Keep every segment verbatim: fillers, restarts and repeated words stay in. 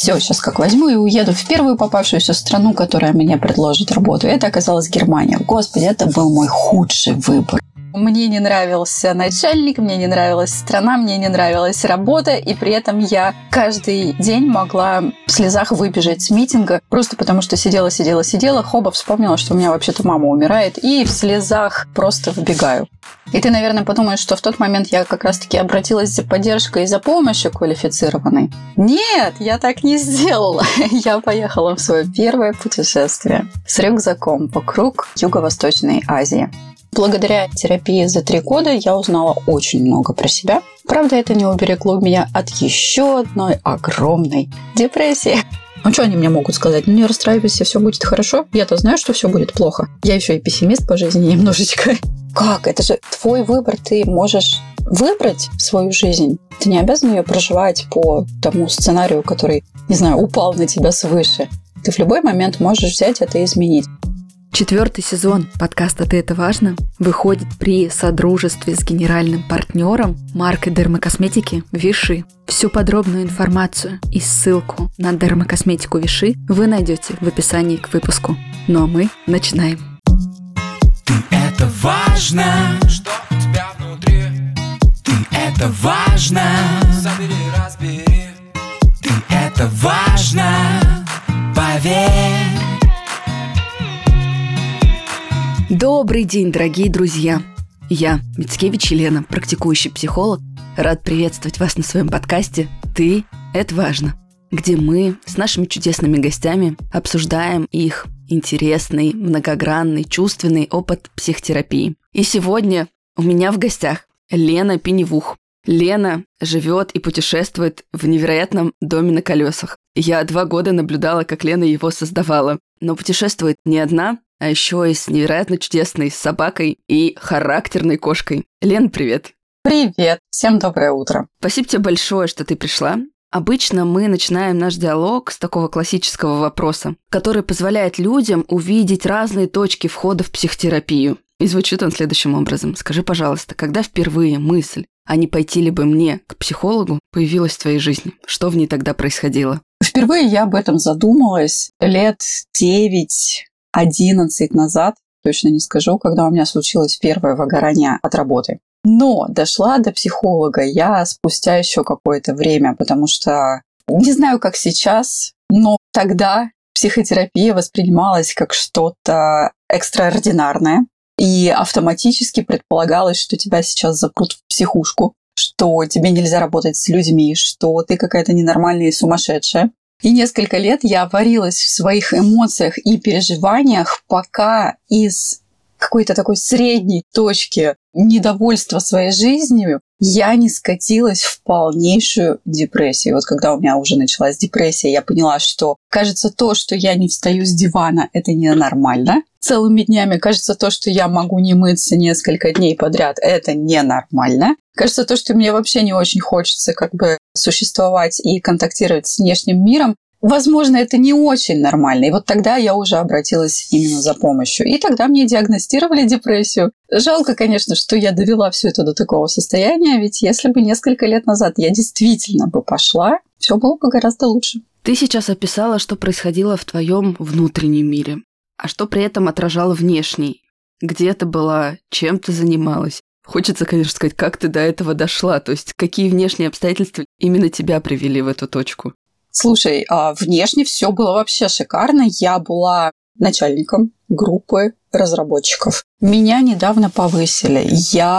Все, сейчас как возьму и уеду в первую попавшуюся страну, которая мне предложит работу. Это оказалась Германия. Господи, это был мой худший выбор. Мне не нравился начальник, мне не нравилась страна, мне не нравилась работа, и при этом я каждый день могла в слезах выбежать с митинга, просто потому что сидела, сидела, сидела, хоба, вспомнила, что у меня вообще-то мама умирает, и в слезах просто вбегаю. И ты, наверное, подумаешь, что в тот момент я как раз-таки обратилась за поддержкой и за помощью квалифицированной. Нет, я так не сделала. Я поехала в свое первое путешествие с рюкзаком вокруг Юго-Восточной Азии. Благодаря терапии за три года я узнала очень много про себя. Правда, это не уберегло меня от еще одной огромной депрессии. Ну, что они мне могут сказать? Ну, не расстраивайся, все будет хорошо. Я-то знаю, что все будет плохо. Я еще и пессимист по жизни немножечко. Как? Это же твой выбор. Ты можешь выбрать свою жизнь. Ты не обязан ее проживать по тому сценарию, который, не знаю, упал на тебя свыше. Ты в любой момент можешь взять это и изменить. Четвертый сезон подкаста «Ты это важно» выходит при содружестве с генеральным партнером маркой дермокосметики Виши. Всю подробную информацию и ссылку на дермокосметику Виши вы найдете в описании к выпуску. Ну а мы начинаем. Ты это важно, что у тебя внутри. Ты это важно, забери, разбери. Ты это важно, поверь. Добрый день, дорогие друзья! Я, Мицкевич Елена, практикующий психолог, рад приветствовать вас на своем подкасте «Ты – это важно», где мы с нашими чудесными гостями обсуждаем их интересный, многогранный, чувственный опыт психотерапии. И сегодня у меня в гостях Лена Пеневух. Лена живет и путешествует в невероятном доме на колесах. Я два года наблюдала, как Лена его создавала. Но путешествует не одна, а еще и с невероятно чудесной собакой и характерной кошкой. Лен, привет! Привет! Всем доброе утро! Спасибо тебе большое, что ты пришла. Обычно мы начинаем наш диалог с такого классического вопроса, который позволяет людям увидеть разные точки входа в психотерапию. И звучит он следующим образом. Скажи, пожалуйста, когда впервые мысль, а не пойти ли бы мне к психологу, появилась в твоей жизни? Что в ней тогда происходило? Впервые я об этом задумалась лет девять одиннадцать назад, точно не скажу, когда у меня случилось первое выгорание от работы. Но дошла до психолога я спустя еще какое-то время, потому что не знаю, как сейчас, но тогда психотерапия воспринималась как что-то экстраординарное, и автоматически предполагалось, что тебя сейчас запрут в психушку, что тебе нельзя работать с людьми, что ты какая-то ненормальная и сумасшедшая. И несколько лет я варилась в своих эмоциях и переживаниях, пока из какой-то такой средней точки недовольства своей жизнью я не скатилась в полнейшую депрессию. Вот когда у меня уже началась депрессия, я поняла, что, кажется, то, что я не встаю с дивана, это ненормально. Целыми днями кажется, то, что я могу не мыться несколько дней подряд, это ненормально. Кажется, то, что мне вообще не очень хочется как бы существовать и контактировать с внешним миром, возможно, это не очень нормально. И вот тогда я уже обратилась именно за помощью. И тогда мне диагностировали депрессию. Жалко, конечно, что я довела все это до такого состояния, ведь если бы несколько лет назад я действительно бы пошла, все было бы гораздо лучше. Ты сейчас описала, что происходило в твоем внутреннем мире, а что при этом отражало внешний. Где ты была, чем ты занималась? Хочется, конечно, сказать, как ты до этого дошла, то есть какие внешние обстоятельства именно тебя привели в эту точку? Слушай, а внешне все было вообще шикарно. Я была начальником группы разработчиков. Меня недавно повысили.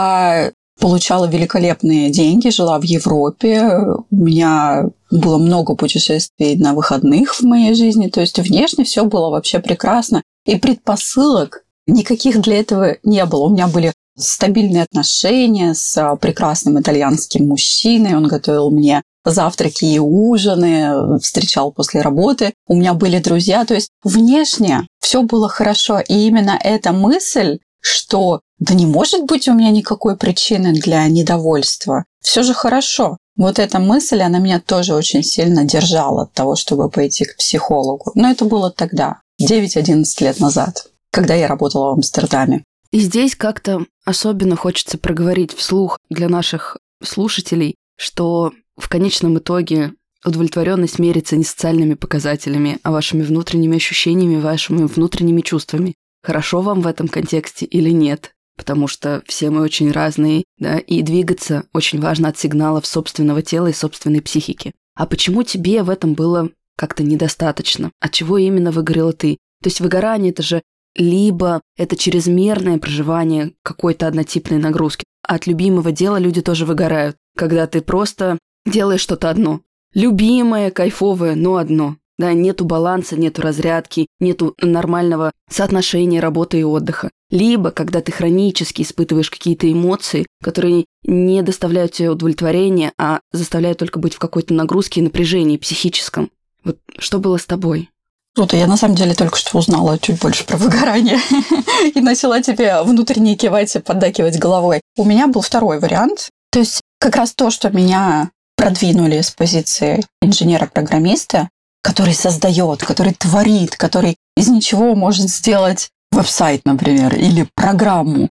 Я получала великолепные деньги, жила в Европе. У меня было много путешествий на выходных в моей жизни. То есть внешне все было вообще прекрасно. И предпосылок никаких для этого не было. У меня были стабильные отношения с прекрасным итальянским мужчиной. Он готовил мне завтраки и ужины, встречал после работы. У меня были друзья. То есть внешне все было хорошо. И именно эта мысль, что да не может быть у меня никакой причины для недовольства. Все же хорошо. Вот эта мысль, она меня тоже очень сильно держала от того, чтобы пойти к психологу. Но это было тогда, девять-одиннадцать лет назад, когда я работала в Амстердаме. И здесь как-то особенно хочется проговорить вслух для наших слушателей, что в конечном итоге удовлетворенность мерится не социальными показателями, а вашими внутренними ощущениями, вашими внутренними чувствами. Хорошо вам в этом контексте или нет? Потому что все мы очень разные, да, и двигаться очень важно от сигналов собственного тела и собственной психики. А почему тебе в этом было как-то недостаточно? От чего именно выгорела ты? То есть выгорание – это же либо это чрезмерное проживание какой-то однотипной нагрузки. От любимого дела люди тоже выгорают, когда ты просто делаешь что-то одно. Любимое, кайфовое, но одно. Да, нету баланса, нету разрядки, нету нормального соотношения работы и отдыха. Либо, когда ты хронически испытываешь какие-то эмоции, которые не доставляют тебе удовлетворения, а заставляют только быть в какой-то нагрузке и напряжении психическом. Вот что было с тобой? Круто, я на самом деле только что узнала чуть больше про выгорание и начала тебе внутренне кивать и поддакивать головой. У меня был второй вариант. То есть как раз то, что меня продвинули с позиции инженера-программиста, который создает, который творит, который из ничего может сделать веб-сайт, например, или программу,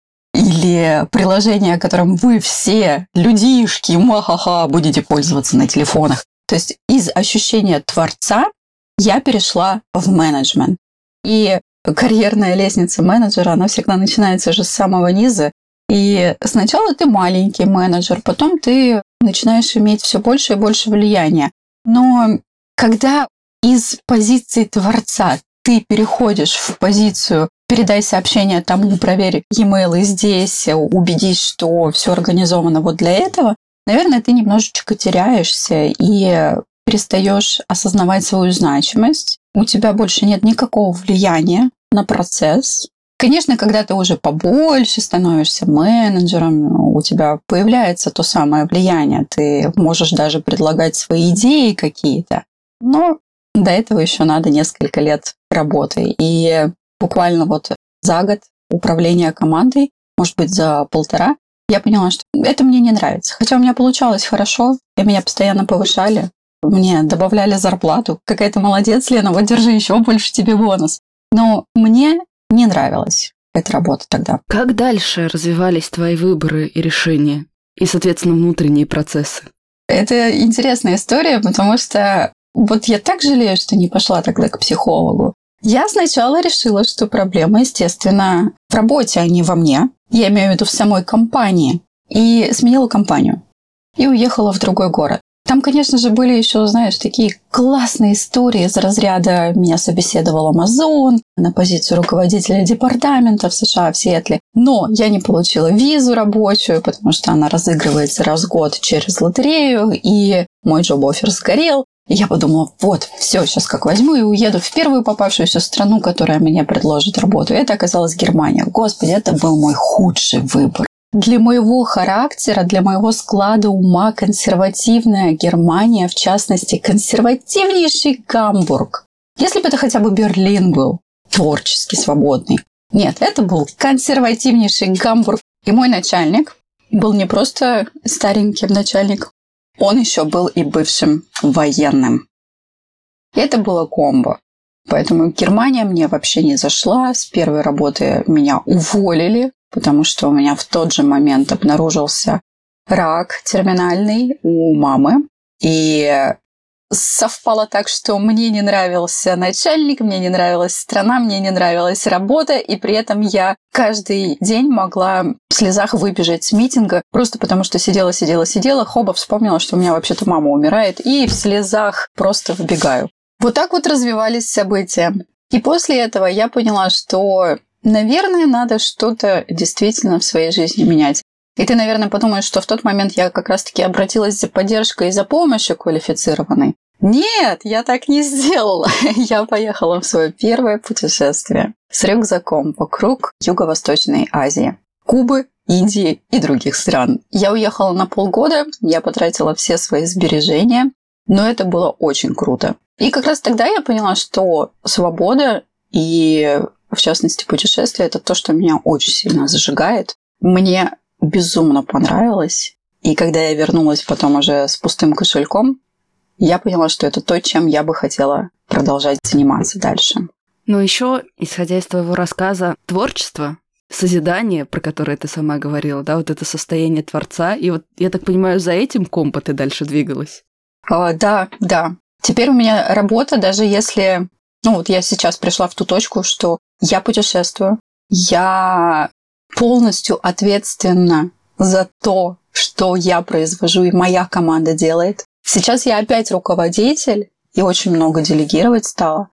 или приложение, которым вы все, людишки, ма-ха-ха, будете пользоваться на телефонах. То есть из ощущения творца я перешла в менеджмент. И карьерная лестница менеджера, она всегда начинается же с самого низа. И сначала ты маленький менеджер, потом ты начинаешь иметь все больше и больше влияния. Но когда из позиции творца ты переходишь в позицию «передай сообщение тому, проверь e-mail здесь, убедись, что все организовано вот для этого», наверное, ты немножечко теряешься и перестаешь осознавать свою значимость. У тебя больше нет никакого влияния на процесс. Конечно, когда ты уже побольше становишься менеджером, у тебя появляется то самое влияние. Ты можешь даже предлагать свои идеи какие-то. Но до этого еще надо несколько лет работы. И буквально вот за год управления командой, может быть, за полтора, я поняла, что это мне не нравится. Хотя у меня получалось хорошо, и меня постоянно повышали. Мне добавляли зарплату. Какая-то молодец, Лена, вот держи, еще больше тебе бонус. Но мне не нравилась эта работа тогда. Как дальше развивались твои выборы и решения? И, соответственно, внутренние процессы? Это интересная история, потому что вот я так жалею, что не пошла тогда к психологу. Я сначала решила, что проблема, естественно, в работе, а не во мне. Я имею в виду в самой компании. И сменила компанию. И уехала в другой город. Там, конечно же, были еще, знаешь, такие классные истории из разряда «меня собеседовал Amazon» на позицию руководителя департамента в США, в Сиэтле. Но я не получила визу рабочую, потому что она разыгрывается раз в год через лотерею, и мой джоб-оффер сгорел. И я подумала, вот, все, сейчас как возьму и уеду в первую попавшуюся страну, которая мне предложит работу. Это оказалась Германия. Господи, это был мой худший выбор. Для моего характера, для моего склада ума консервативная Германия, в частности, консервативнейший Гамбург. Если бы это хотя бы Берлин был, творчески свободный. Нет, это был консервативнейший Гамбург. И мой начальник был не просто стареньким начальником, он еще был и бывшим военным. Это было комбо. Поэтому Германия мне вообще не зашла. С первой работы меня уволили, потому что у меня в тот же момент обнаружился рак терминальный у мамы. И совпало так, что мне не нравился начальник, мне не нравилась страна, мне не нравилась работа, и при этом я каждый день могла в слезах выбежать с митинга, просто потому что сидела, сидела, сидела, хоба, вспомнила, что у меня вообще-то мама умирает, и в слезах просто вбегаю. Вот так вот развивались события. И после этого я поняла, что, наверное, надо что-то действительно в своей жизни менять. И ты, наверное, подумаешь, что в тот момент я как раз-таки обратилась за поддержкой и за помощью квалифицированной. Нет, я так не сделала. Я поехала в свое первое путешествие с рюкзаком вокруг Юго-Восточной Азии, Кубы, Индии и других стран. Я уехала на полгода, я потратила все свои сбережения, но это было очень круто. И как раз тогда я поняла, что свобода и, в частности, путешествия – это то, что меня очень сильно зажигает. Мне безумно понравилось. И когда я вернулась потом уже с пустым кошельком, я поняла, что это то, чем я бы хотела продолжать заниматься дальше. Но еще, исходя из твоего рассказа, творчество, созидание, про которое ты сама говорила, да, вот это состояние творца, и вот, я так понимаю, за этим компа ты дальше двигалась? А, да, да. Теперь у меня работа, даже если... Ну, вот я сейчас пришла в ту точку, что я путешествую, я полностью ответственна за то, что я произвожу и моя команда делает. Сейчас я опять руководитель и очень много делегировать стала,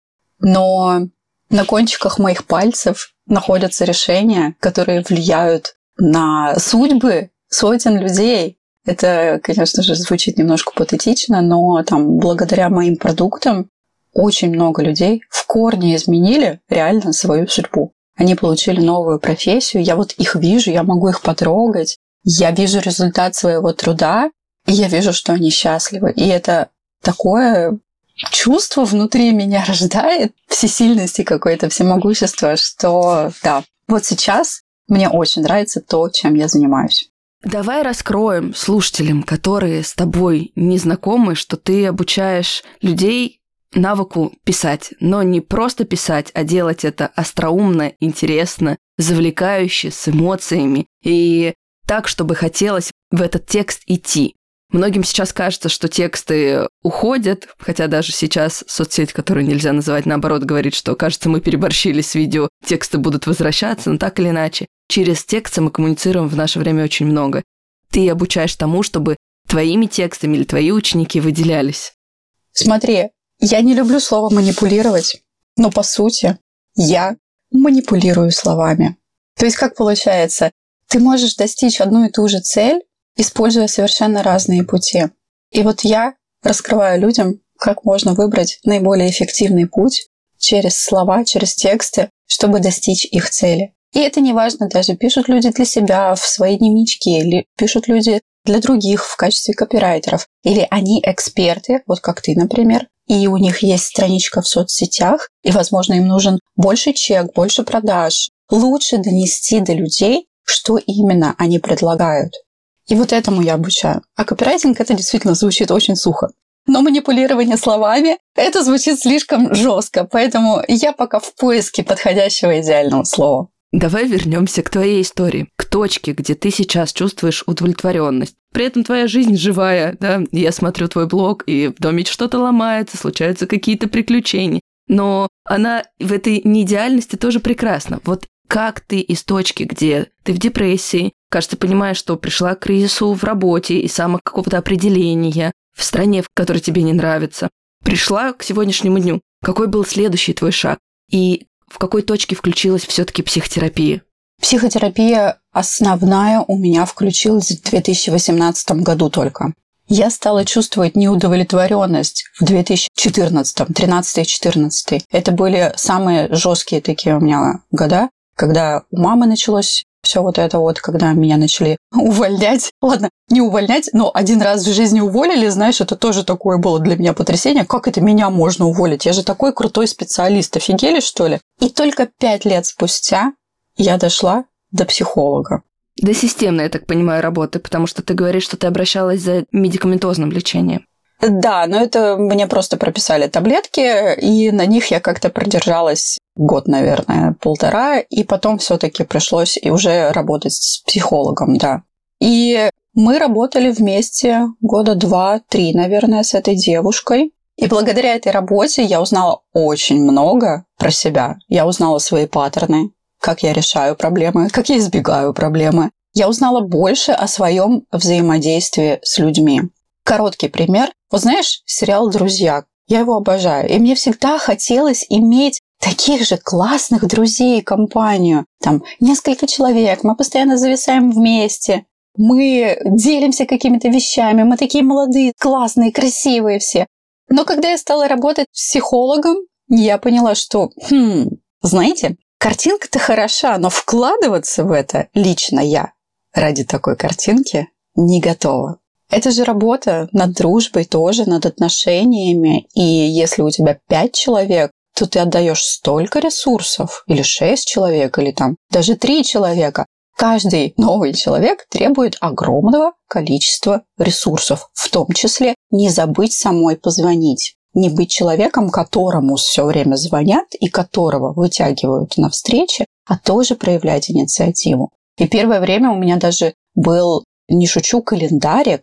но на кончиках моих пальцев находятся решения, которые влияют на судьбы сотен людей. Это, конечно же, звучит немножко патетично, но там благодаря моим продуктам очень много людей в корне изменили реально свою судьбу. Они получили новую профессию, я вот их вижу, я могу их потрогать, я вижу результат своего труда, и я вижу, что они счастливы. И это такое чувство внутри меня рождает, всесильности какой-то, всемогущества, что да, вот сейчас мне очень нравится то, чем я занимаюсь. Давай раскроем слушателям, которые с тобой не знакомы, что ты обучаешь людей навыку писать, но не просто писать, а делать это остроумно, интересно, завлекающе, с эмоциями и так, чтобы хотелось в этот текст идти. Многим сейчас кажется, что тексты уходят, хотя даже сейчас соцсеть, которую нельзя называть, наоборот, говорит, что, кажется, мы переборщили с видео, тексты будут возвращаться, но так или иначе. Через тексты мы коммуницируем в наше время очень много. Ты обучаешь тому, чтобы твоими текстами или твои ученики выделялись. Смотри, я не люблю слово «манипулировать», но, по сути, я манипулирую словами. То есть, как получается, ты можешь достичь одну и ту же цель, используя совершенно разные пути. И вот я раскрываю людям, как можно выбрать наиболее эффективный путь через слова, через тексты, чтобы достичь их цели. И это не важно, даже пишут люди для себя в свои дневнички, или пишут люди для других в качестве копирайтеров, или они эксперты, вот как ты, например, и у них есть страничка в соцсетях, и, возможно, им нужен больше чек, больше продаж. Лучше донести до людей, что именно они предлагают. И вот этому я обучаю. А копирайтинг — это действительно звучит очень сухо. Но манипулирование словами — это звучит слишком жестко, поэтому я пока в поиске подходящего идеального слова. Давай вернемся к твоей истории, к точке, где ты сейчас чувствуешь удовлетворенность. При этом твоя жизнь живая, да? Я смотрю твой блог, и в доме что-то ломается, случаются какие-то приключения. Но она в этой неидеальности тоже прекрасна. Вот как ты из точки, где ты в депрессии, кажется, понимаешь, что пришла к кризису в работе и самого какого-то определения, в стране, в которой тебе не нравится, пришла к сегодняшнему дню. Какой был следующий твой шаг? И в какой точке включилась все-таки психотерапия? Психотерапия основная у меня включилась в две тысячи восемнадцатом году только. Я стала чувствовать неудовлетворенность в две тысячи четырнадцатом, тринадцатый четырнадцатый. Это были самые жесткие такие у меня года, когда у мамы началось все вот это вот, когда меня начали увольнять. Ладно, не увольнять, но один раз в жизни уволили, знаешь, это тоже такое было для меня потрясение. Как это меня можно уволить? Я же такой крутой специалист. Офигели, что ли? И только пять лет спустя я дошла до психолога. До системной, я так понимаю, работы, потому что ты говоришь, что ты обращалась за медикаментозным лечением. Да, но это мне просто прописали таблетки, и на них я как-то продержалась год, наверное, полтора, и потом все-таки пришлось и уже работать с психологом, да. И мы работали вместе года два-три, наверное, с этой девушкой. И благодаря этой работе я узнала очень много про себя. Я узнала свои паттерны, как я решаю проблемы, как я избегаю проблемы. Я узнала больше о своем взаимодействии с людьми. Короткий пример. Вот знаешь, сериал «Друзья». Я его обожаю. И мне всегда хотелось иметь таких же классных друзей, компанию. Там несколько человек, мы постоянно зависаем вместе. Мы делимся какими-то вещами. Мы такие молодые, классные, красивые все. Но когда я стала работать психологом, я поняла, что, хм, знаете, картинка-то хороша, но вкладываться в это лично я ради такой картинки не готова. Это же работа над дружбой тоже, над отношениями. И если у тебя пять человек, то ты отдаешь столько ресурсов, или шесть человек, или там даже три человека. Каждый новый человек требует огромного количества ресурсов, в том числе не забыть самой позвонить. Не быть человеком, которому все время звонят и которого вытягивают на встречи, а тоже проявлять инициативу. И первое время у меня даже был, не шучу, календарик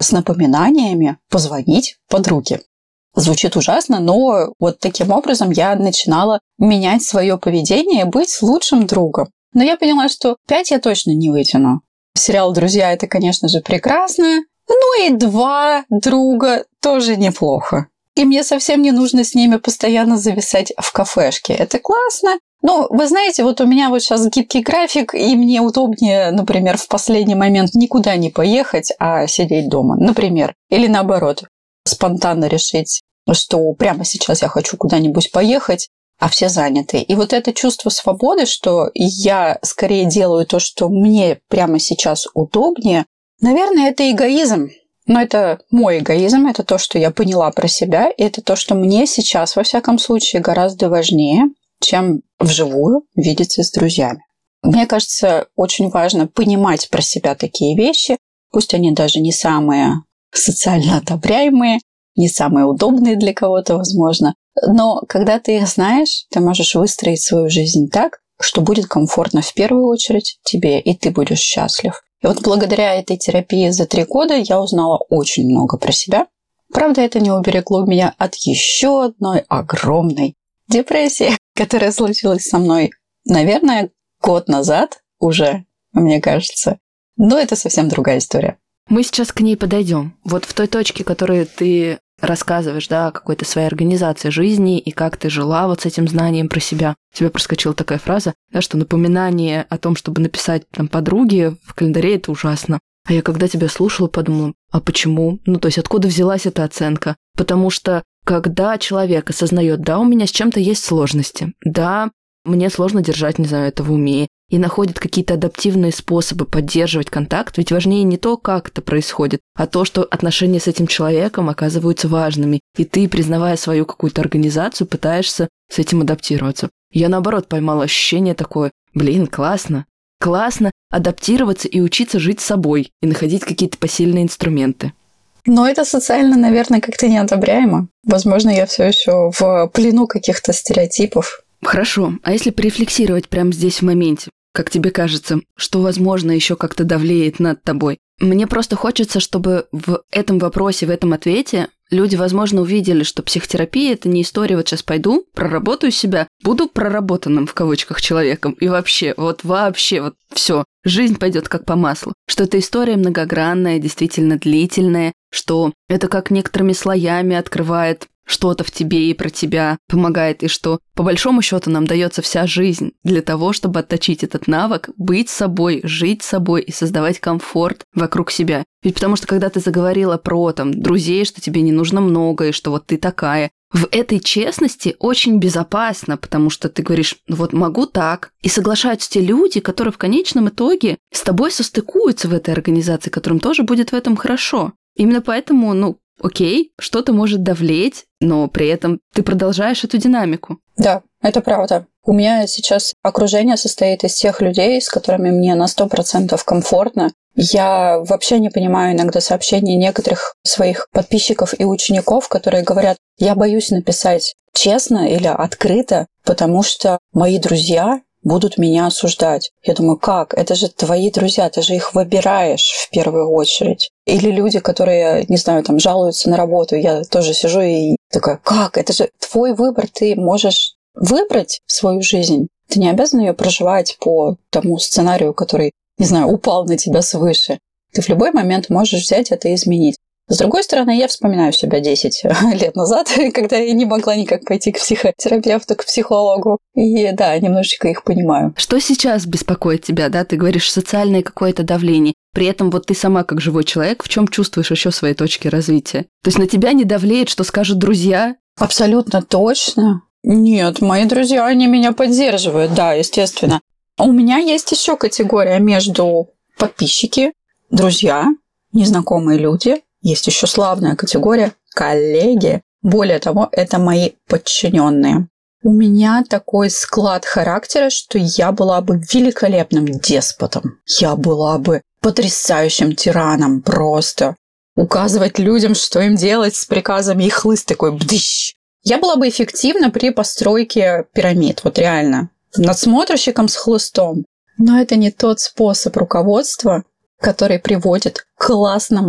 с напоминаниями позвонить подруге. Звучит ужасно, но вот таким образом я начинала менять свое поведение и быть лучшим другом. Но я поняла, что пять я точно не вытяну. Сериал «Друзья» — это, конечно же, прекрасно. Ну и два друга тоже неплохо. И мне совсем не нужно с ними постоянно зависать в кафешке. Это классно. Ну, вы знаете, вот у меня вот сейчас гибкий график, и мне удобнее, например, в последний момент никуда не поехать, а сидеть дома, например. Или наоборот, спонтанно решить, что прямо сейчас я хочу куда-нибудь поехать, а все заняты. И вот это чувство свободы, что я скорее делаю то, что мне прямо сейчас удобнее, наверное, это эгоизм. Но это мой эгоизм, это то, что я поняла про себя, и это то, что мне сейчас, во всяком случае, гораздо важнее, чем вживую видеться с друзьями. Мне кажется, очень важно понимать про себя такие вещи, пусть они даже не самые социально одобряемые, не самые удобные для кого-то, возможно. Но когда ты их знаешь, ты можешь выстроить свою жизнь так, что будет комфортно в первую очередь тебе, и ты будешь счастлив. И вот благодаря этой терапии за три года я узнала очень много про себя. Правда, это не уберегло меня от еще одной огромной депрессии, которая случилась со мной, наверное, год назад уже, мне кажется. Но это совсем другая история. Мы сейчас к ней подойдем. Вот в той точке, которую ты рассказываешь, да, о какой-то своей организации жизни и как ты жила вот с этим знанием про себя. У тебя проскочила такая фраза, да, что напоминание о том, чтобы написать там подруге в календаре, это ужасно. А я когда тебя слушала, подумала, а почему? Ну, то есть откуда взялась эта оценка? Потому что когда человек осознает, да, у меня с чем-то есть сложности, да, мне сложно держать, не знаю, это в уме, и находит какие-то адаптивные способы поддерживать контакт, ведь важнее не то, как это происходит, а то, что отношения с этим человеком оказываются важными, и ты, признавая свою какую-то организацию, пытаешься с этим адаптироваться. Я, наоборот, поймала ощущение такое, блин, классно, классно адаптироваться и учиться жить с собой, и находить какие-то посильные инструменты. Но это социально, наверное, как-то неодобряемо. Возможно, я все еще в плену каких-то стереотипов. Хорошо, а если порефлексировать прямо здесь в моменте, как тебе кажется, что, возможно, еще как-то давлеет над тобой? Мне просто хочется, чтобы в этом вопросе, в этом ответе люди, возможно, увидели, что психотерапия – это не история «вот сейчас пойду, проработаю себя, буду проработанным, в кавычках, человеком, и вообще, вот вообще, вот все, жизнь пойдет как по маслу». Что это история многогранная, действительно длительная, что это как некоторыми слоями открывает что-то в тебе и про тебя помогает, и что, по большому счету, нам дается вся жизнь для того, чтобы отточить этот навык, быть собой, жить собой и создавать комфорт вокруг себя. Ведь потому что, когда ты заговорила про там друзей, что тебе не нужно много, и что вот ты такая, в этой честности очень безопасно, потому что ты говоришь, ну вот могу так. И соглашаются те люди, которые в конечном итоге с тобой состыкуются в этой организации, которым тоже будет в этом хорошо. Именно поэтому, ну, окей, что-то может давлеть, но при этом ты продолжаешь эту динамику. Да, это правда. У меня сейчас окружение состоит из тех людей, с которыми мне на сто процентов комфортно. Я вообще не понимаю иногда сообщений некоторых своих подписчиков и учеников, которые говорят, я боюсь написать честно или открыто, потому что мои друзья будут меня осуждать. Я думаю, как? Это же твои друзья, ты же их выбираешь в первую очередь. Или люди, которые, не знаю, там жалуются на работу, я тоже сижу и такая, как? Это же твой выбор, ты можешь выбрать свою жизнь. Ты не обязан ее проживать по тому сценарию, который, не знаю, упал на тебя свыше. Ты в любой момент можешь взять это и изменить. С другой стороны, я вспоминаю себя десять лет назад, когда я не могла никак пойти к психотерапевту, к психологу. И да, немножечко их понимаю. Что сейчас беспокоит тебя, да? Ты говоришь, социальное какое-то давление. При этом вот ты сама, как живой человек, в чем чувствуешь еще свои точки развития? То есть на тебя не давлеет, что скажут друзья? Абсолютно точно. Нет, мои друзья, они меня поддерживают, да, естественно. У меня есть еще категория между подписчики, друзья, незнакомые люди. Есть еще славная категория коллеги. Более того, это мои подчиненные. У меня такой склад характера, что я была бы великолепным деспотом. Я была бы потрясающим тираном просто. Указывать людям, что им делать с приказами, и хлыст такой бдыщ. Я была бы эффективна при постройке пирамид, вот реально. Надсмотрщиком с хлыстом. Но это не тот способ руководства, который приводит к классному,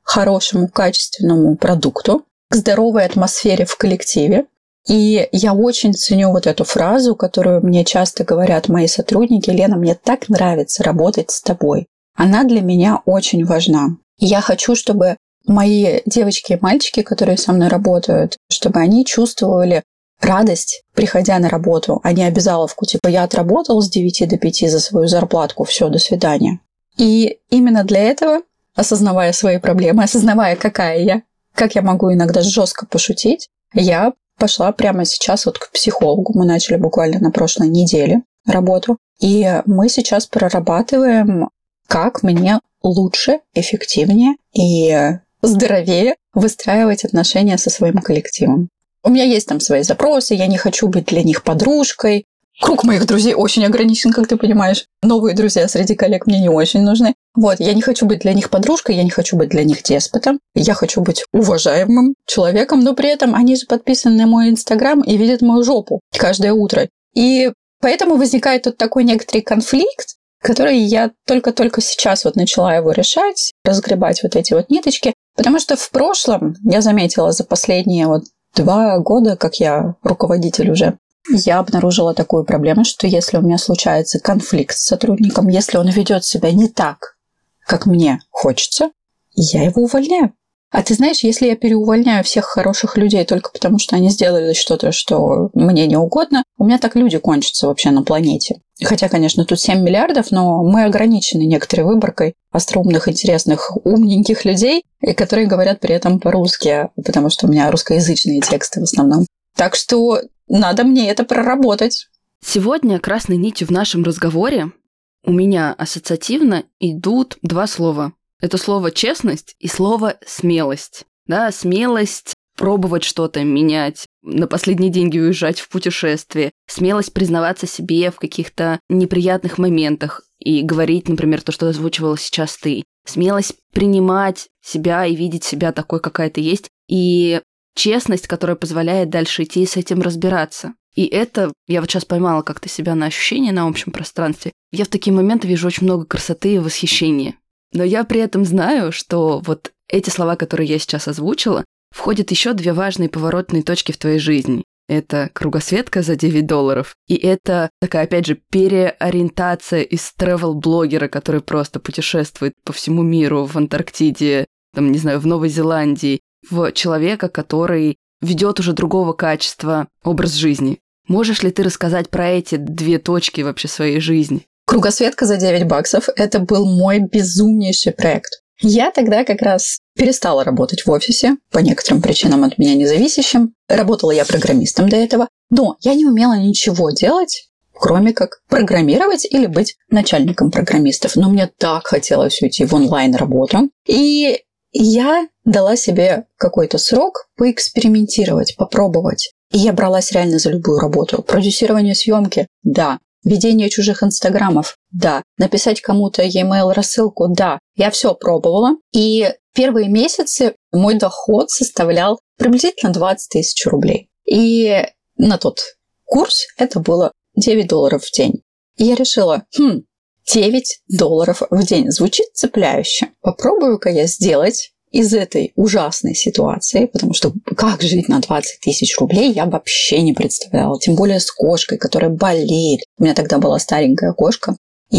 хорошему, качественному продукту, к здоровой атмосфере в коллективе. И я очень ценю вот эту фразу, которую мне часто говорят мои сотрудники: «Лена, мне так нравится работать с тобой». Она для меня очень важна. И я хочу, чтобы мои девочки и мальчики, которые со мной работают, чтобы они чувствовали радость, приходя на работу, а не обязаловку, типа «я отработал с девяти до пяти за свою зарплатку, все, до свидания». И именно для этого, осознавая свои проблемы, осознавая, какая я, как я могу иногда жестко пошутить, я пошла прямо сейчас вот к психологу. Мы начали буквально на прошлой неделе работу. И мы сейчас прорабатываем, как мне лучше, эффективнее и здоровее выстраивать отношения со своим коллективом. У меня есть там свои запросы, я не хочу быть для них подружкой. Круг моих друзей очень ограничен, как ты понимаешь. Новые друзья среди коллег мне не очень нужны. Вот, я не хочу быть для них подружкой, я не хочу быть для них деспотом. Я хочу быть уважаемым человеком, но при этом они же подписаны на мой Инстаграм и видят мою жопу каждое утро. И поэтому возникает тут такой некоторый конфликт, который я только-только сейчас вот начала его решать, разгребать вот эти вот ниточки. Потому что в прошлом, я заметила за последние вот два года, как я руководитель уже, я обнаружила такую проблему, что если у меня случается конфликт с сотрудником, если он ведет себя не так, как мне хочется, я его увольняю. А ты знаешь, если я переувольняю всех хороших людей только потому, что они сделали что-то, что мне не угодно, у меня так люди кончатся вообще на планете. Хотя, конечно, тут семь миллиардов, но мы ограничены некоторой выборкой остроумных, интересных, умненьких людей, которые говорят при этом по-русски, потому что у меня русскоязычные тексты в основном. Так что надо мне это проработать. Сегодня красной нитью в нашем разговоре у меня ассоциативно идут два слова. Это слово «честность» и слово «смелость». Да, смелость пробовать что-то, менять, на последние деньги уезжать в путешествие, смелость признаваться себе в каких-то неприятных моментах и говорить, например, то, что озвучивала сейчас ты. Смелость принимать себя и видеть себя такой, какая ты есть. И честность, которая позволяет дальше идти и с этим разбираться. И это, я вот сейчас поймала как-то себя на ощущение на общем пространстве. Я в такие моменты вижу очень много красоты и восхищения. Но я при этом знаю, что вот эти слова, которые я сейчас озвучила, входят еще две важные поворотные точки в твоей жизни. Это кругосветка за девять долларов. И это такая, опять же, переориентация из тревел-блогера, который просто путешествует по всему миру, в Антарктиде, там, не знаю, в Новой Зеландии, в человека, который ведет уже другого качества образ жизни. Можешь ли ты рассказать про эти две точки вообще своей жизни? Кругосветка за девять баксов – это был мой безумнейший проект. Я тогда как раз перестала работать в офисе, по некоторым причинам от меня независящим. Работала я программистом до этого, но я не умела ничего делать, кроме как программировать или быть начальником программистов. Но мне так хотелось уйти в онлайн-работу. И я дала себе какой-то срок поэкспериментировать, попробовать. И я бралась реально за любую работу. Продюсирование съемки – да. Ведение чужих инстаграмов – да. Написать кому-то e-mail рассылку – да. Я все пробовала. И первые месяцы мой доход составлял приблизительно двадцать тысяч рублей. И на тот курс это было девять долларов в день. И я решила, хм, девять долларов в день. Звучит цепляюще. Попробую-ка я сделать из этой ужасной ситуации, потому что как жить на двадцать тысяч рублей, я вообще не представляла. Тем более с кошкой, которая болеет. У меня тогда была старенькая кошка.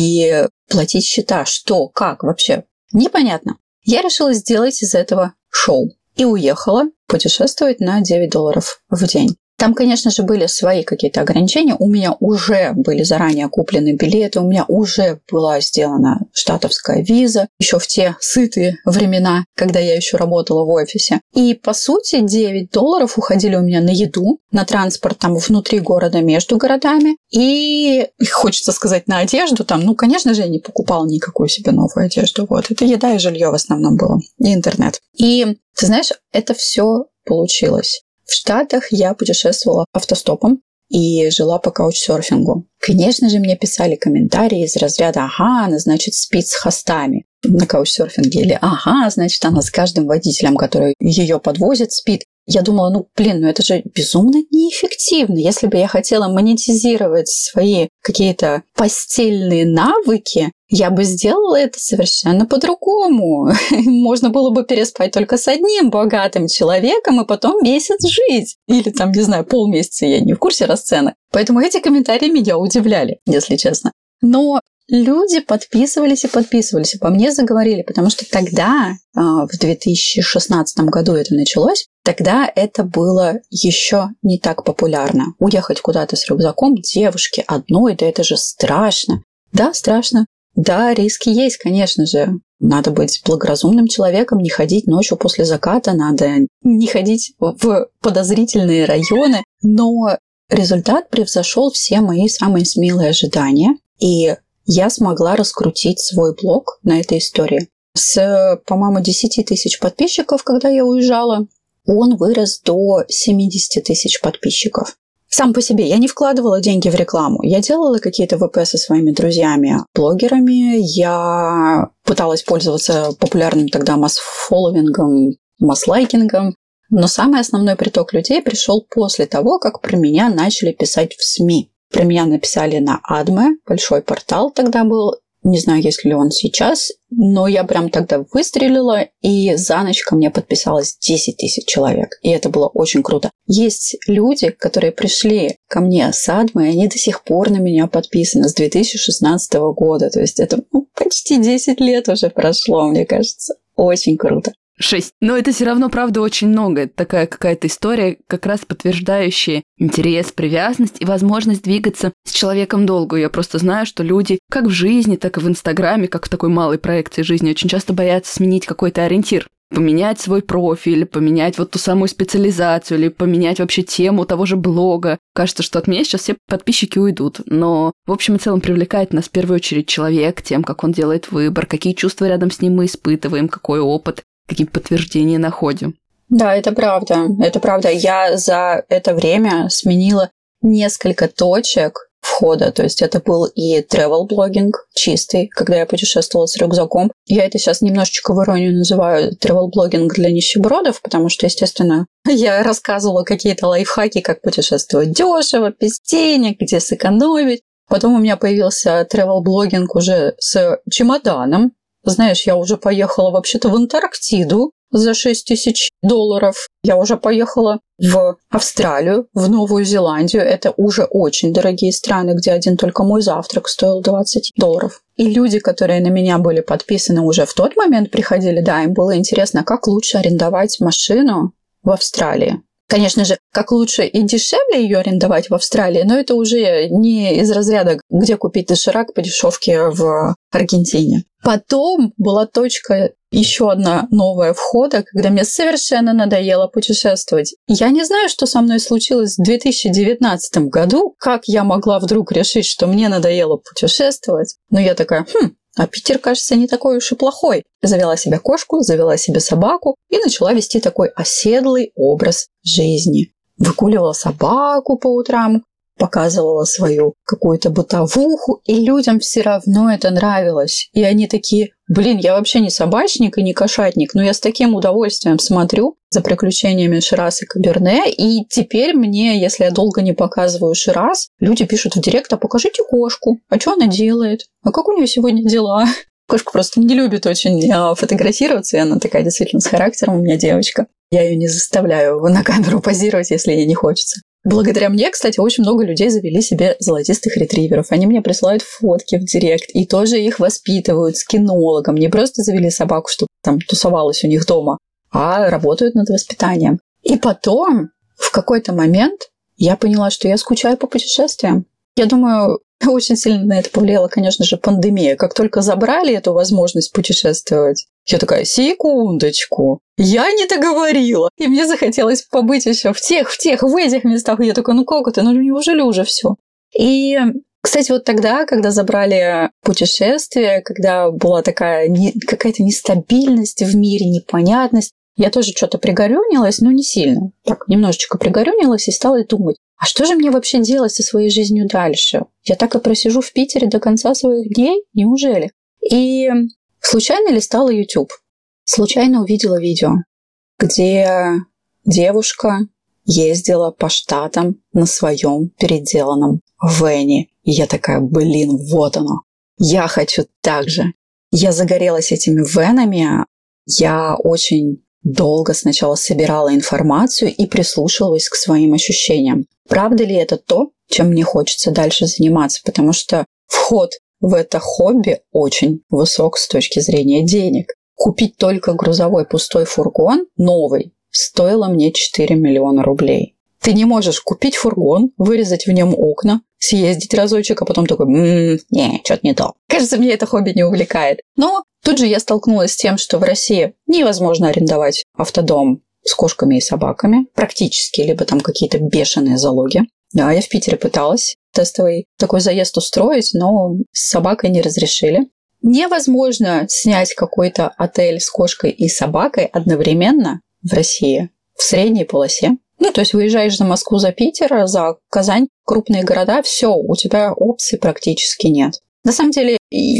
И платить счета, что, как вообще, непонятно. Я решила сделать из этого шоу. И уехала путешествовать на девять долларов в день. Там, конечно же, были свои какие-то ограничения. У меня уже были заранее куплены билеты, у меня уже была сделана штатовская виза, еще в те сытые времена, когда я еще работала в офисе. И, по сути, девять долларов уходили у меня на еду, на транспорт там внутри города, между городами. И, хочется сказать, на одежду там. Ну, конечно же, я не покупала никакую себе новую одежду. Вот. Это еда и жилье в основном было, и интернет. И, ты знаешь, это все получилось. В Штатах я путешествовала автостопом и жила по каучсерфингу. Конечно же, мне писали комментарии из разряда «Ага, она, значит, спит с хостами на каучсерфинге» или «Ага, значит, она с каждым водителем, который ее подвозит, спит». я думала, ну, блин, ну это же безумно неэффективно. Если бы я хотела монетизировать свои какие-то постельные навыки, я бы сделала это совершенно по-другому. Можно было бы переспать только с одним богатым человеком и потом месяц жить. Или там, не знаю, полмесяца, я не в курсе расценок. Поэтому эти комментарии меня удивляли, если честно. Но люди подписывались и подписывались, и по мне заговорили, потому что тогда, в две тысячи шестнадцатом году это началось, тогда это было еще не так популярно. Уехать куда-то с рюкзаком девушке одной, да это же страшно. Да, страшно. Да, риски есть, конечно же. Надо быть благоразумным человеком, не ходить ночью после заката, надо не ходить в подозрительные районы. Но результат превзошел все мои самые смелые ожидания. И я смогла раскрутить свой блог на этой истории. С, по-моему, десять тысяч подписчиков, когда я уезжала, он вырос до семьдесят тысяч подписчиков. Сам по себе я не вкладывала деньги в рекламу. Я делала какие-то ВП со своими друзьями-блогерами. Я пыталась пользоваться популярным тогда масс-фолловингом, масс-лайкингом. Но самый основной приток людей пришел после того, как про меня начали писать в СМИ. Про меня написали на Адме, большой портал тогда был. Не знаю, есть ли он сейчас, но я прям тогда выстрелила, и за ночь ко мне подписалось десять тысяч человек. И это было очень круто. Есть люди, которые пришли ко мне с Адме, и они до сих пор на меня подписаны с две тысячи шестнадцатого года. То есть это ну, почти десять лет уже прошло, мне кажется. Очень круто. Шесть. Но это все равно, правда, очень много. Это такая какая-то история, как раз подтверждающая интерес, привязанность и возможность двигаться с человеком долго. Я просто знаю, что люди как в жизни, так и в Инстаграме, как в такой малой проекции жизни, очень часто боятся сменить какой-то ориентир. Поменять свой профиль, поменять вот ту самую специализацию или поменять вообще тему того же блога. Кажется, что от меня сейчас все подписчики уйдут. Но в общем и целом привлекает нас в первую очередь человек, тем, как он делает выбор, какие чувства рядом с ним мы испытываем, какой опыт, какие подтверждения находим. Да, это правда. Это правда. Я за это время сменила несколько точек входа. То есть это был и travel-блогинг чистый, когда я путешествовала с рюкзаком. Я это сейчас немножечко в иронию называю travel-блогинг для нищебродов, потому что, естественно, я рассказывала какие-то лайфхаки, как путешествовать дешево, без денег, где сэкономить. Потом у меня появился travel-блогинг уже с чемоданом. Знаешь, я уже поехала вообще-то в Антарктиду за шесть тысяч долларов. Я уже поехала в Австралию, в Новую Зеландию. Это уже очень дорогие страны, где один только мой завтрак стоил двадцать долларов. И люди, которые на меня были подписаны уже в тот момент, приходили, да, им было интересно, как лучше арендовать машину в Австралии. Конечно же, как лучше и дешевле ее арендовать в Австралии, но это уже не из разряда, где купить доширак по дешевке в Аргентине. Потом была точка еще одна новая входа, когда мне совершенно надоело путешествовать. Я не знаю, что со мной случилось в две тысячи девятнадцатом году, как я могла вдруг решить, что мне надоело путешествовать. Но я такая, хм, а Питер, кажется, не такой уж и плохой. Завела себе кошку, завела себе собаку и начала вести такой оседлый образ жизни. Выгуливала собаку по утрам, показывала свою какую-то бытовуху, и людям все равно это нравилось. И они такие, блин, я вообще не собачник и не кошатник, но я с таким удовольствием смотрю за приключениями Шираз и Каберне, и теперь мне, если я долго не показываю Шираз, люди пишут в директ, а покажите кошку, а что она делает, а как у нее сегодня дела? Кошка просто не любит очень фотографироваться, и она такая действительно с характером у меня девочка. Я ее не заставляю на камеру позировать, если ей не хочется. Благодаря мне, кстати, очень много людей завели себе золотистых ретриверов. Они мне присылают фотки в директ и тоже их воспитывают с кинологом. Не просто завели собаку, чтобы там тусовалась у них дома, а работают над воспитанием. И потом, в какой-то момент, я поняла, что я скучаю по путешествиям. Я думаю, очень сильно на это повлияла, конечно же, пандемия. Как только забрали эту возможность путешествовать, я такая, секундочку, я не договорила. И мне захотелось побыть еще в тех, в тех, в этих местах. И я такая, ну как это, ну неужели уже все? И, кстати, вот тогда, когда забрали путешествия, когда была такая не, какая-то нестабильность в мире, непонятность, я тоже что-то пригорюнилась, но не сильно. Так, немножечко пригорюнилась и стала думать, а что же мне вообще делать со своей жизнью дальше? Я так и просижу в Питере до конца своих дней? Неужели? И случайно листала YouTube. Случайно увидела видео, где девушка ездила по штатам на своем переделанном вэне. И я такая, блин, вот оно. Я хочу так же. Я загорелась этими вэнами. Я очень долго сначала собирала информацию и прислушивалась к своим ощущениям. Правда ли это то, чем мне хочется дальше заниматься? Потому что вход в это хобби очень высок с точки зрения денег. Купить только грузовой пустой фургон, новый, стоило мне четыре миллиона рублей. Ты не можешь купить фургон, вырезать в нем окна, съездить разочек, а потом такой, м-м, не, что-то не то. Кажется, мне это хобби не увлекает. Но тут же я столкнулась с тем, что в России невозможно арендовать автодом с кошками и собаками, практически, либо там какие-то бешеные залоги. Да, я в Питере пыталась тестовый такой заезд устроить, но с собакой не разрешили. Невозможно снять какой-то отель с кошкой и собакой одновременно в России в средней полосе. Ну, то есть выезжаешь за Москву, за Питер, за Казань, крупные города, все, у тебя опций практически нет. На самом деле,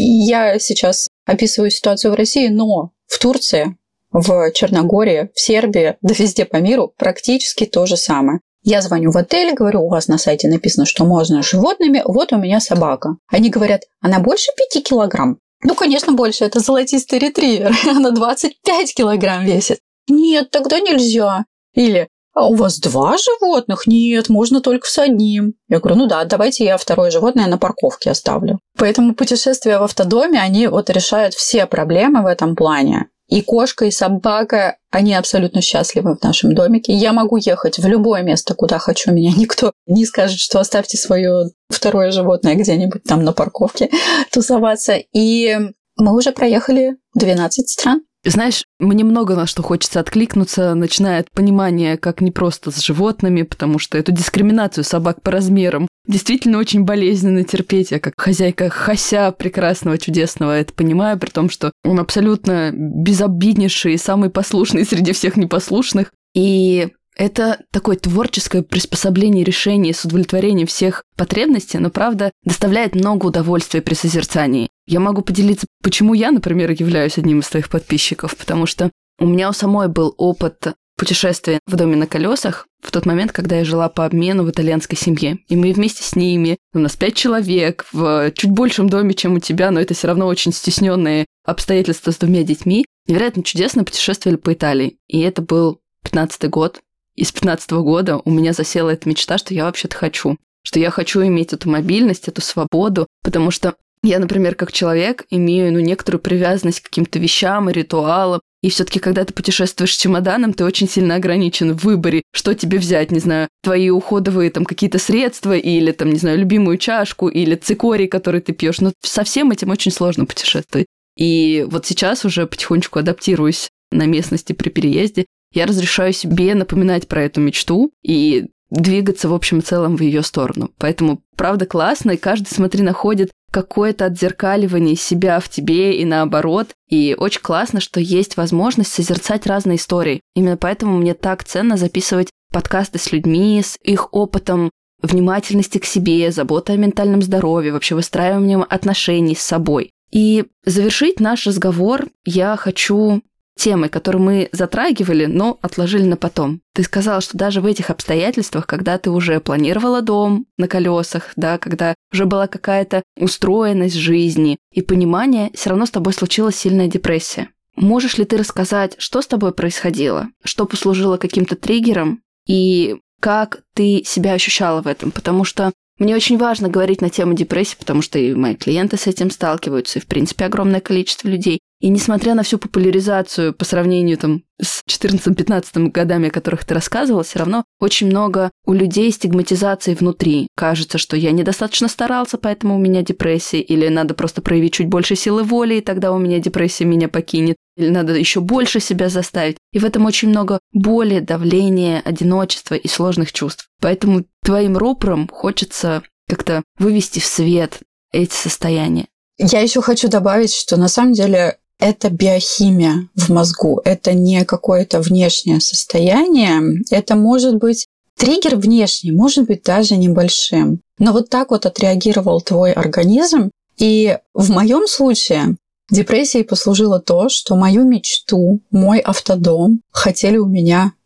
я сейчас описываю ситуацию в России, но в Турции, в Черногории, в Сербии, да везде по миру практически то же самое. Я звоню в отель, говорю, у вас на сайте написано, что можно с животными, вот у меня собака. Они говорят, она больше пяти килограмм? Ну, конечно, больше, это золотистый ретривер, она двадцать пять килограмм весит. Нет, тогда нельзя. Или, а у вас два животных? Нет, можно только с одним. Я говорю, ну да, давайте я второе животное на парковке оставлю. Поэтому путешествия в автодоме, они вот решают все проблемы в этом плане. И кошка, и собака, они абсолютно счастливы в нашем домике. Я могу ехать в любое место, куда хочу. Меня никто не скажет, что оставьте свое второе животное где-нибудь там на парковке тусоваться. И мы уже проехали двенадцать стран. Знаешь, мне много на что хочется откликнуться, начиная от понимания, как не просто с животными, потому что эту дискриминацию собак по размерам действительно очень болезненно терпеть. Я как хозяйка Хася прекрасного, чудесного это понимаю, при том, что он абсолютно безобиднейший и самый послушный среди всех непослушных. И это такое творческое приспособление решений с удовлетворением всех потребностей, но, правда, доставляет много удовольствия при созерцании. Я могу поделиться, почему я, например, являюсь одним из твоих подписчиков, потому что у меня у самой был опыт путешествия в доме на колесах в тот момент, когда я жила по обмену в итальянской семье. И мы вместе с ними, у нас пять человек, в чуть большем доме, чем у тебя, но это все равно очень стесненные обстоятельства с двумя детьми, невероятно чудесно путешествовали по Италии. И это был пятнадцатый год. И с пятнадцатого года у меня засела эта мечта, что я вообще-то хочу. Что я хочу иметь эту мобильность, эту свободу, потому что я, например, как человек имею ну, некоторую привязанность к каким-то вещам и ритуалам. И все-таки, когда ты путешествуешь с чемоданом, ты очень сильно ограничен в выборе, что тебе взять, не знаю, твои уходовые там какие-то средства или там, не знаю, любимую чашку или цикорий, который ты пьешь. Но со всем этим очень сложно путешествовать. И вот сейчас уже потихонечку адаптируюсь на местности при переезде. Я разрешаю себе напоминать про эту мечту и двигаться в общем и целом в ее сторону. Поэтому, правда, классно, и каждый, смотри, находит какое-то отзеркаливание себя в тебе и наоборот. И очень классно, что есть возможность созерцать разные истории. Именно поэтому мне так ценно записывать подкасты с людьми, с их опытом внимательности к себе, заботы о ментальном здоровье, вообще выстраиванием отношений с собой. И завершить наш разговор я хочу темы, которые мы затрагивали, но отложили на потом. Ты сказала, что даже в этих обстоятельствах, когда ты уже планировала дом на колесах, да, когда уже была какая-то устроенность жизни и понимание, все равно с тобой случилась сильная депрессия. Можешь ли ты рассказать, что с тобой происходило, что послужило каким-то триггером и как ты себя ощущала в этом? Потому что мне очень важно говорить на тему депрессии, потому что и мои клиенты с этим сталкиваются, и, в принципе, огромное количество людей. И несмотря на всю популяризацию по сравнению там, с четырнадцатым-пятнадцатым годами, о которых ты рассказывала, все равно очень много у людей стигматизации внутри. Кажется, что я недостаточно старался, поэтому у меня депрессия, или надо просто проявить чуть больше силы воли, и тогда у меня депрессия меня покинет, или надо еще больше себя заставить. И в этом очень много боли, давления, одиночества и сложных чувств. Поэтому твоим рупором хочется как-то вывести в свет эти состояния. Я еще хочу добавить, что на самом деле это биохимия в мозгу, это не какое-то внешнее состояние, это может быть триггер внешний, может быть даже небольшим. Но вот так вот отреагировал твой организм, и в моем случае депрессией послужило то, что мою мечту, мой автодом хотели у меня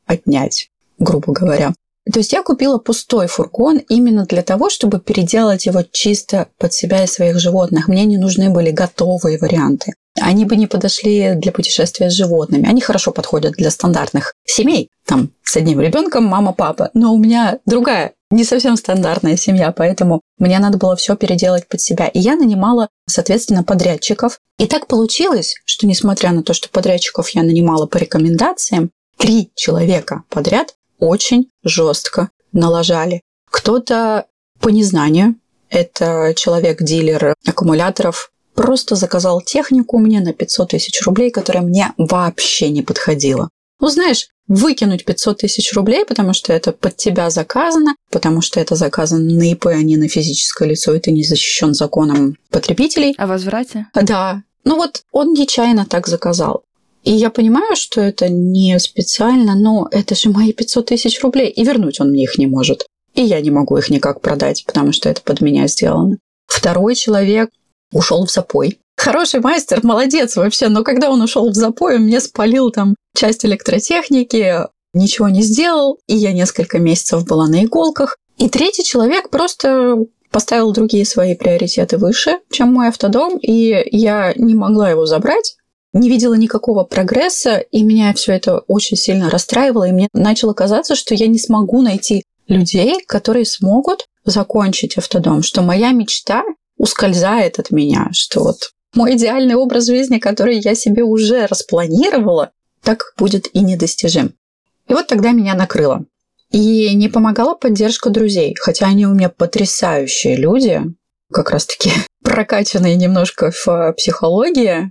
отнять, грубо говоря. То есть я купила пустой фургон именно для того, чтобы переделать его чисто под себя и своих животных. Мне не нужны были готовые варианты. Они бы не подошли для путешествия с животными. Они хорошо подходят для стандартных семей, там, с одним ребенком, мама, папа. Но у меня другая, не совсем стандартная семья, поэтому мне надо было все переделать под себя. И я нанимала, соответственно, подрядчиков. И так получилось, что, несмотря на то, что подрядчиков я нанимала по рекомендациям, три человека подряд очень жестко налажали. Кто-то по незнанию, это человек-дилер аккумуляторов, просто заказал технику мне на пятьсот тысяч рублей, которая мне вообще не подходила. Ну, знаешь, выкинуть пятьсот тысяч рублей, потому что это под тебя заказано, потому что это заказано на ИП, а не на физическое лицо, и ты не защищен законом потребителей. О возврате? Да. Ну вот он нечаянно так заказал. И я понимаю, что это не специально, но это же мои пятьсот тысяч рублей, и вернуть он мне их не может. И я не могу их никак продать, потому что это под меня сделано. Второй человек ушел в запой. Хороший мастер, молодец вообще, но когда он ушел в запой, он мне спалил там часть электротехники, ничего не сделал, и я несколько месяцев была на иголках. И третий человек просто поставил другие свои приоритеты выше, чем мой автодом, и я не могла его забрать. Не видела никакого прогресса, и меня все это очень сильно расстраивало, и мне начало казаться, что я не смогу найти людей, которые смогут закончить автодом, что моя мечта ускользает от меня, что вот мой идеальный образ жизни, который я себе уже распланировала, так будет и недостижим. И вот тогда меня накрыло. И не помогала поддержка друзей, хотя они у меня потрясающие люди, как раз-таки прокачанные немножко в психологии,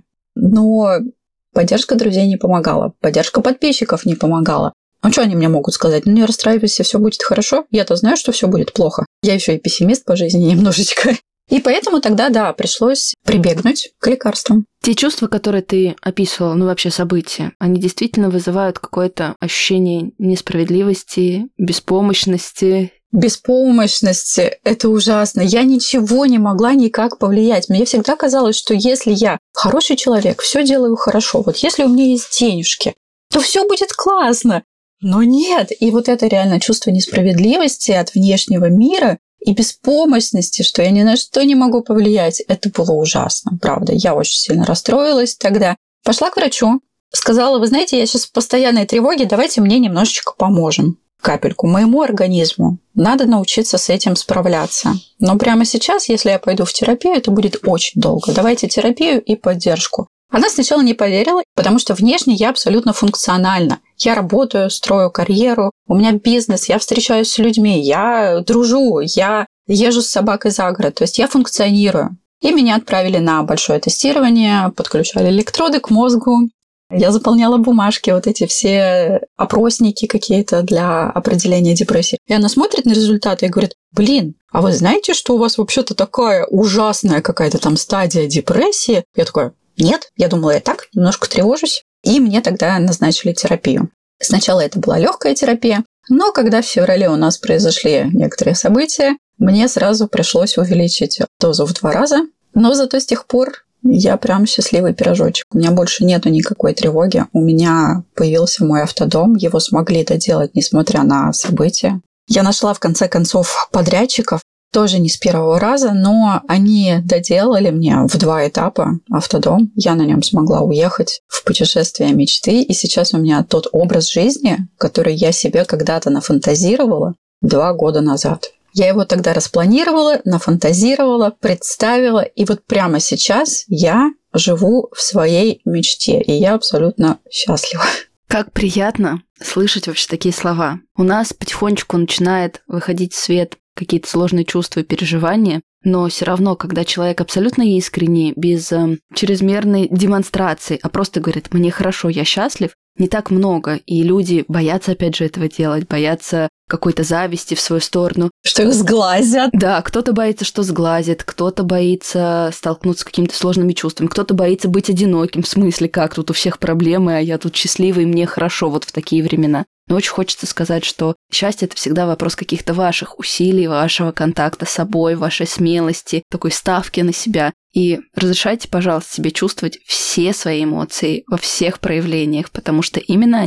но поддержка друзей не помогала, поддержка подписчиков не помогала. Ну, что они мне могут сказать? Ну, не расстраивайся, все будет хорошо. Я-то знаю, что все будет плохо. Я еще и пессимист по жизни немножечко. И поэтому тогда, да, пришлось прибегнуть к лекарствам. Те чувства, которые ты описывала, ну вообще события, они действительно вызывают какое-то ощущение несправедливости, беспомощности. Беспомощности – это ужасно. Я ничего не могла никак повлиять. Мне всегда казалось, что если я хороший человек, все делаю хорошо, вот если у меня есть денежки, то все будет классно. Но нет. И вот это реально чувство несправедливости от внешнего мира и беспомощности, что я ни на что не могу повлиять, это было ужасно, правда. Я очень сильно расстроилась тогда. Пошла к врачу, сказала: вы знаете, я сейчас в постоянной тревоге, давайте мне немножечко поможем. Капельку моему организму. Надо научиться с этим справляться. Но прямо сейчас, если я пойду в терапию, это будет очень долго. Давайте терапию и поддержку. Она сначала не поверила, потому что внешне я абсолютно функциональна. Я работаю, строю карьеру, у меня бизнес, я встречаюсь с людьми, я дружу, я езжу с собакой за город. То есть я функционирую. И меня отправили на большое тестирование, подключали электроды к мозгу. Я заполняла бумажки, вот эти все опросники какие-то для определения депрессии. И она смотрит на результаты и говорит: блин, а вы знаете, что у вас вообще-то такая ужасная какая-то там стадия депрессии? Я такая: нет, я думала, я так, немножко тревожусь. И мне тогда назначили терапию. Сначала это была легкая терапия, но когда в феврале у нас произошли некоторые события, мне сразу пришлось увеличить дозу в два раза. Но зато с тех пор я прям счастливый пирожочек. У меня больше нету никакой тревоги. У меня появился мой автодом. Его смогли доделать, несмотря на события. Я нашла, в конце концов, подрядчиков. Тоже не с первого раза, но они доделали мне в два этапа автодом. Я на нем смогла уехать в путешествие мечты. И сейчас у меня тот образ жизни, который я себе когда-то нафантазировала два года назад. Я его тогда распланировала, нафантазировала, представила. И вот прямо сейчас я живу в своей мечте. И я абсолютно счастлива. Как приятно слышать вообще такие слова. У нас потихонечку начинает выходить в свет какие-то сложные чувства и переживания, но все равно, когда человек абсолютно искренний, без э, чрезмерной демонстрации, а просто говорит: мне хорошо, я счастлив, не так много. И люди боятся, опять же, этого делать, боятся какой-то зависти в свою сторону. Что их сглазят. Да, кто-то боится, что сглазит, кто-то боится столкнуться с какими-то сложными чувствами, кто-то боится быть одиноким, в смысле, как тут у всех проблемы, а я тут счастливый, мне хорошо вот в такие времена. Но очень хочется сказать, что счастье – это всегда вопрос каких-то ваших усилий, вашего контакта с собой, вашей смелости, такой ставки на себя. И разрешайте, пожалуйста, себе чувствовать все свои эмоции во всех проявлениях, потому что именно они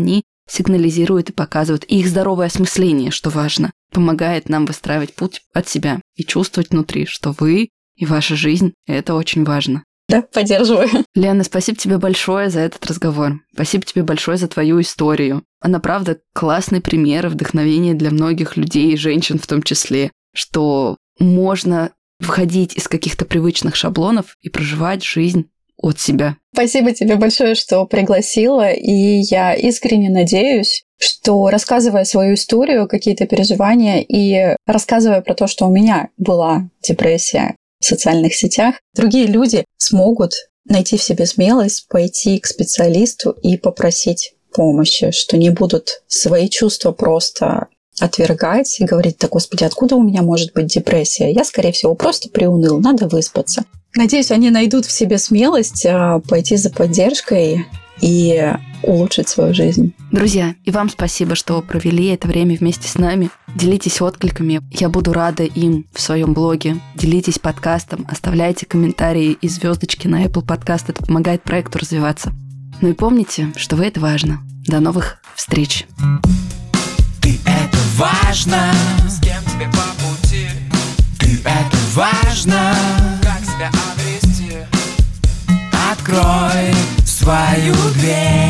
сигнализирует и показывает. И их здоровое осмысление, что важно, помогает нам выстраивать путь от себя и чувствовать внутри, что вы и ваша жизнь – это очень важно. Да, поддерживаю. Лена, спасибо тебе большое за этот разговор. Спасибо тебе большое за твою историю. Она, правда, классный пример и вдохновение для многих людей, женщин в том числе, что можно выходить из каких-то привычных шаблонов и проживать жизнь от себя. Спасибо тебе большое, что пригласила, и я искренне надеюсь, что, рассказывая свою историю, какие-то переживания и рассказывая про то, что у меня была депрессия в социальных сетях, другие люди смогут найти в себе смелость пойти к специалисту и попросить помощи, что не будут свои чувства просто отвергать и говорить: да, господи, откуда у меня может быть депрессия? Я, скорее всего, просто приуныл, надо выспаться. Надеюсь, они найдут в себе смелость пойти за поддержкой и улучшить свою жизнь. Друзья, и вам спасибо, что провели это время вместе с нами. Делитесь откликами, я буду рада им в своем блоге. Делитесь подкастом, оставляйте комментарии и звездочки на Apple Podcast, это помогает проекту развиваться. Ну и помните, что вы — это важно. До новых встреч! Ты — это важно, с кем тебе по пути. Ты — это важно, как себя обрести. Открой свою дверь.